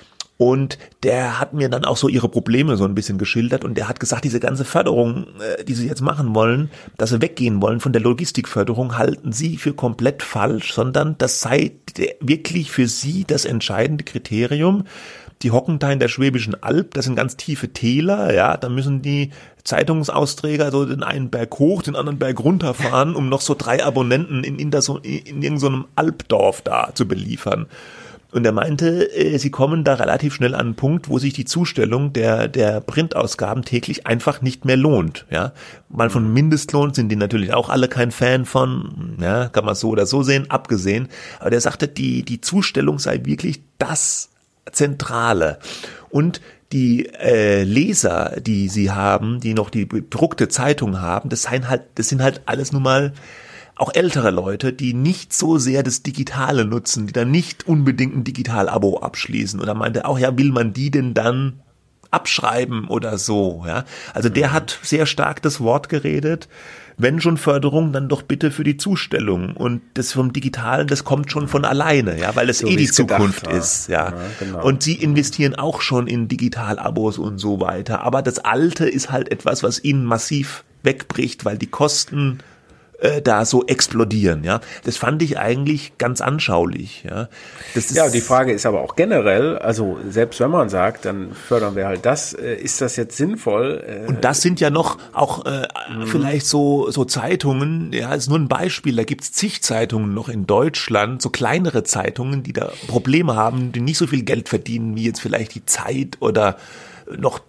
Und der hat mir dann auch so ihre Probleme so ein bisschen geschildert und der hat gesagt, diese ganze Förderung, die sie jetzt machen wollen, dass sie weggehen wollen von der Logistikförderung, halten sie für komplett falsch, sondern das sei wirklich für sie das entscheidende Kriterium. Die hocken da in der Schwäbischen Alb, das sind ganz tiefe Täler, ja, da müssen die Zeitungsausträger so den einen Berg hoch, den anderen Berg runterfahren, um noch so 3 Abonnenten in irgendeinem Albdorf da zu beliefern. Und er meinte, sie kommen da relativ schnell an einen Punkt, wo sich die Zustellung der Printausgaben täglich einfach nicht mehr lohnt, ja. Mal von Mindestlohn sind die natürlich auch alle kein Fan von, ja, kann man so oder so sehen, abgesehen. Aber der sagte, die Zustellung sei wirklich das Zentrale. Und die Leser, die sie haben, die noch die bedruckte Zeitung haben, das sind halt alles nun mal auch ältere Leute, die nicht so sehr das Digitale nutzen, die dann nicht unbedingt ein Digital-Abo abschließen. Und er meinte auch, ja, will man die denn dann abschreiben oder so, ja? Also der hat sehr stark das Wort geredet, wenn schon Förderung, dann doch bitte für die Zustellung. Und das vom Digitalen, das kommt schon von alleine, ja, weil es so die Zukunft ist, ja. Genau. Und sie investieren auch schon in Digital-Abos und so weiter. Aber das Alte ist halt etwas, was ihnen massiv wegbricht, weil die Kosten da so explodieren, ja. Das fand ich eigentlich ganz anschaulich, ja. Das ist ja, die Frage ist aber auch generell, also selbst wenn man sagt, dann fördern wir halt das, ist das jetzt sinnvoll? Und das sind ja noch auch vielleicht so Zeitungen, ja, ist nur ein Beispiel, da gibt's zig Zeitungen noch in Deutschland, so kleinere Zeitungen, die da Probleme haben, die nicht so viel Geld verdienen, wie jetzt vielleicht die Zeit oder noch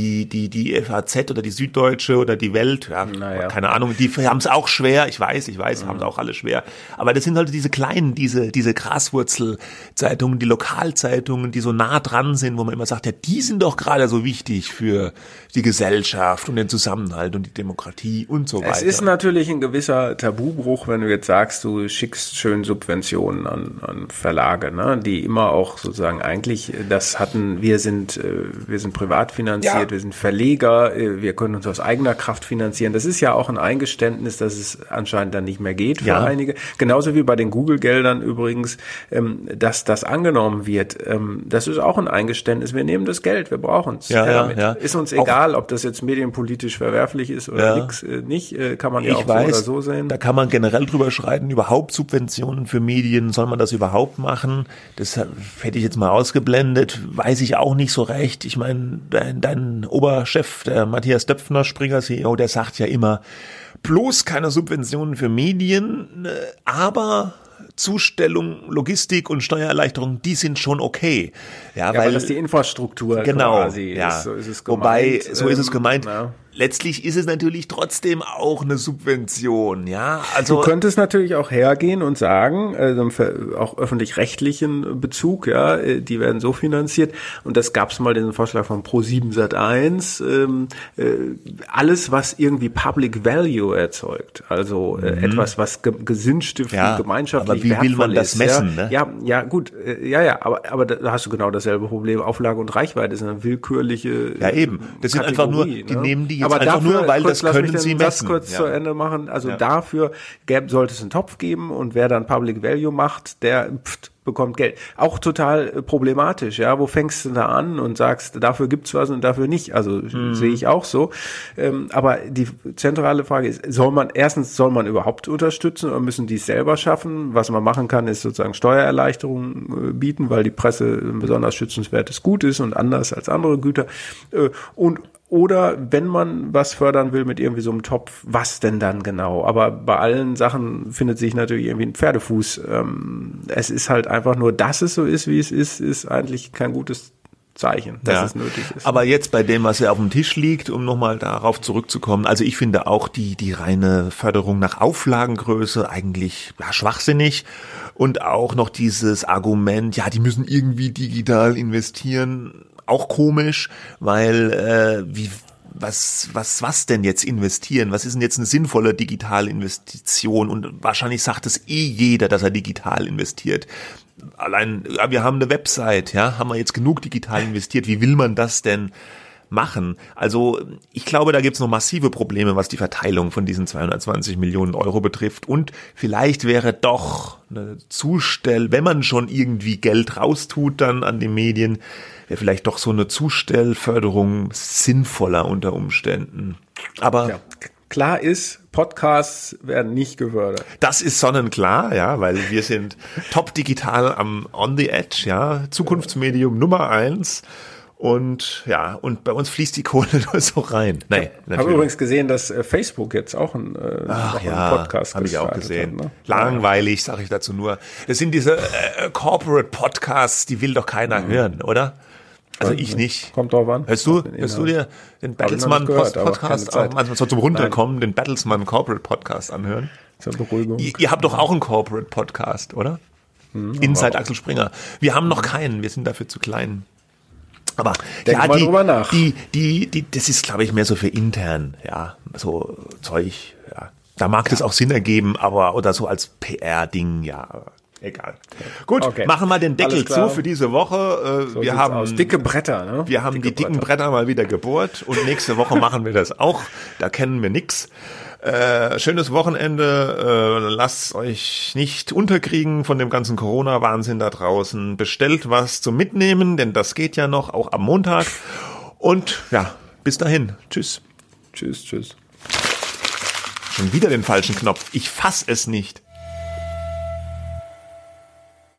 die FAZ oder die Süddeutsche oder die Welt, ja, keine Ahnung, die haben es auch schwer, ich weiß, haben es auch alle schwer, aber das sind halt diese kleinen, diese Graswurzelzeitungen, die Lokalzeitungen, die so nah dran sind, wo man immer sagt, ja, die sind doch gerade so wichtig für die Gesellschaft und den Zusammenhalt und die Demokratie und so weiter. Es ist natürlich ein gewisser Tabubruch, wenn du jetzt sagst, du schickst schön Subventionen an Verlage, ne, die immer auch sozusagen eigentlich, wir sind privat finanziert, wir sind Verleger, wir können uns aus eigener Kraft finanzieren. Das ist ja auch ein Eingeständnis, dass es anscheinend dann nicht mehr geht für einige. Genauso wie bei den Google-Geldern übrigens, dass das angenommen wird. Das ist auch ein Eingeständnis. Wir nehmen das Geld, wir brauchen es. Ist uns egal, ob das jetzt medienpolitisch verwerflich ist oder nicht, kann man ja auch so oder so sehen. Da kann man generell drüber schreiten, überhaupt Subventionen für Medien, soll man das überhaupt machen? Das hätte ich jetzt mal ausgeblendet, weiß ich auch nicht so recht. Ich meine, dein Oberchef, der Matthias Döpfner, Springer CEO, der sagt ja immer, bloß keine Subventionen für Medien, aber Zustellung, Logistik und Steuererleichterung, die sind schon okay. Ja, weil das die Infrastruktur quasi ist. So ist es gemeint. Wobei, so ist es gemeint. Letztlich ist es natürlich trotzdem auch eine Subvention, ja. Also du könntest natürlich auch hergehen und sagen, also auch öffentlich-rechtlichen Bezug, ja, die werden so finanziert. Und das gab es mal den Vorschlag von Pro7 Sat.1, alles, was irgendwie Public Value erzeugt, also etwas, was sinnstiftend, gemeinschaftlich wertvoll ist. Aber wie will man das messen? Ne? Ja, gut, aber da hast du genau dasselbe Problem. Auflage und Reichweite sind eine willkürliche Ja, eben. Das sind einfach nur, die nehmen die jetzt aber einfach dafür, nur, weil das können sie messen. Das kurz zu Ende machen. Also dafür sollte es einen Topf geben und wer dann Public Value macht, der bekommt Geld. Auch total problematisch, ja. Wo fängst du da an und sagst, dafür gibt's was und dafür nicht? Also sehe ich auch so. Aber die zentrale Frage ist, soll man überhaupt unterstützen oder müssen die es selber schaffen? Was man machen kann, ist sozusagen Steuererleichterungen bieten, weil die Presse ein besonders schützenswertes Gut ist und anders als andere Güter. Oder wenn man was fördern will mit irgendwie so einem Topf, was denn dann genau? Aber bei allen Sachen findet sich natürlich irgendwie ein Pferdefuß. Es ist halt einfach nur, dass es so ist, wie es ist eigentlich kein gutes Zeichen, dass es nötig ist. Aber jetzt bei dem, was ja auf dem Tisch liegt, um nochmal darauf zurückzukommen, also ich finde auch die reine Förderung nach Auflagengröße eigentlich schwachsinnig und auch noch dieses Argument, die müssen irgendwie digital investieren, auch komisch, weil was denn jetzt investieren? Was ist denn jetzt eine sinnvolle digitale Investition? Und wahrscheinlich sagt es jeder, dass er digital investiert. Allein, wir haben eine Website, haben wir jetzt genug digital investiert? Wie will man das denn machen? Also ich glaube, da gibt's noch massive Probleme, was die Verteilung von diesen 220 Millionen Euro betrifft. Und vielleicht wäre doch eine wenn man schon irgendwie Geld raustut dann an die Medien, wäre vielleicht doch so eine Zustellförderung sinnvoller unter Umständen. Aber klar ist, Podcasts werden nicht gefördert. Das ist sonnenklar, weil wir sind top digital on the edge, Zukunftsmedium Nummer 1. Und bei uns fließt die Kohle nur so rein. Nein, ich habe übrigens gesehen, dass Facebook jetzt auch einen Podcast habe ich auch gesehen. Hat, ne? Langweilig, sage ich dazu nur. Das sind diese Corporate Podcasts, die will doch keiner hören, oder? Also ich nicht. Kommt drauf an. Hörst du dir den Bertelsmann Podcast, also so zum Runterkommen, den Bertelsmann Corporate Podcast anhören? Zur Beruhigung. Ihr habt doch auch einen Corporate Podcast, oder? Inside Axel Springer. Wir haben noch keinen, wir sind dafür zu klein. Aber denk mal drüber nach. Das ist, glaube ich, mehr so für intern, so Zeug, Da mag das auch Sinn ergeben, oder so als PR-Ding, egal. Gut, machen wir den Deckel zu für diese Woche. So wir haben dicke Bretter, ne? Wir haben die dicken Bretter mal wieder gebohrt und nächste Woche machen wir das auch. Da kennen wir nix. Schönes Wochenende, lasst euch nicht unterkriegen von dem ganzen Corona-Wahnsinn da draußen. Bestellt was zum Mitnehmen, denn das geht ja noch, auch am Montag. Und bis dahin. Tschüss. Tschüss. Schon wieder den falschen Knopf. Ich fass es nicht.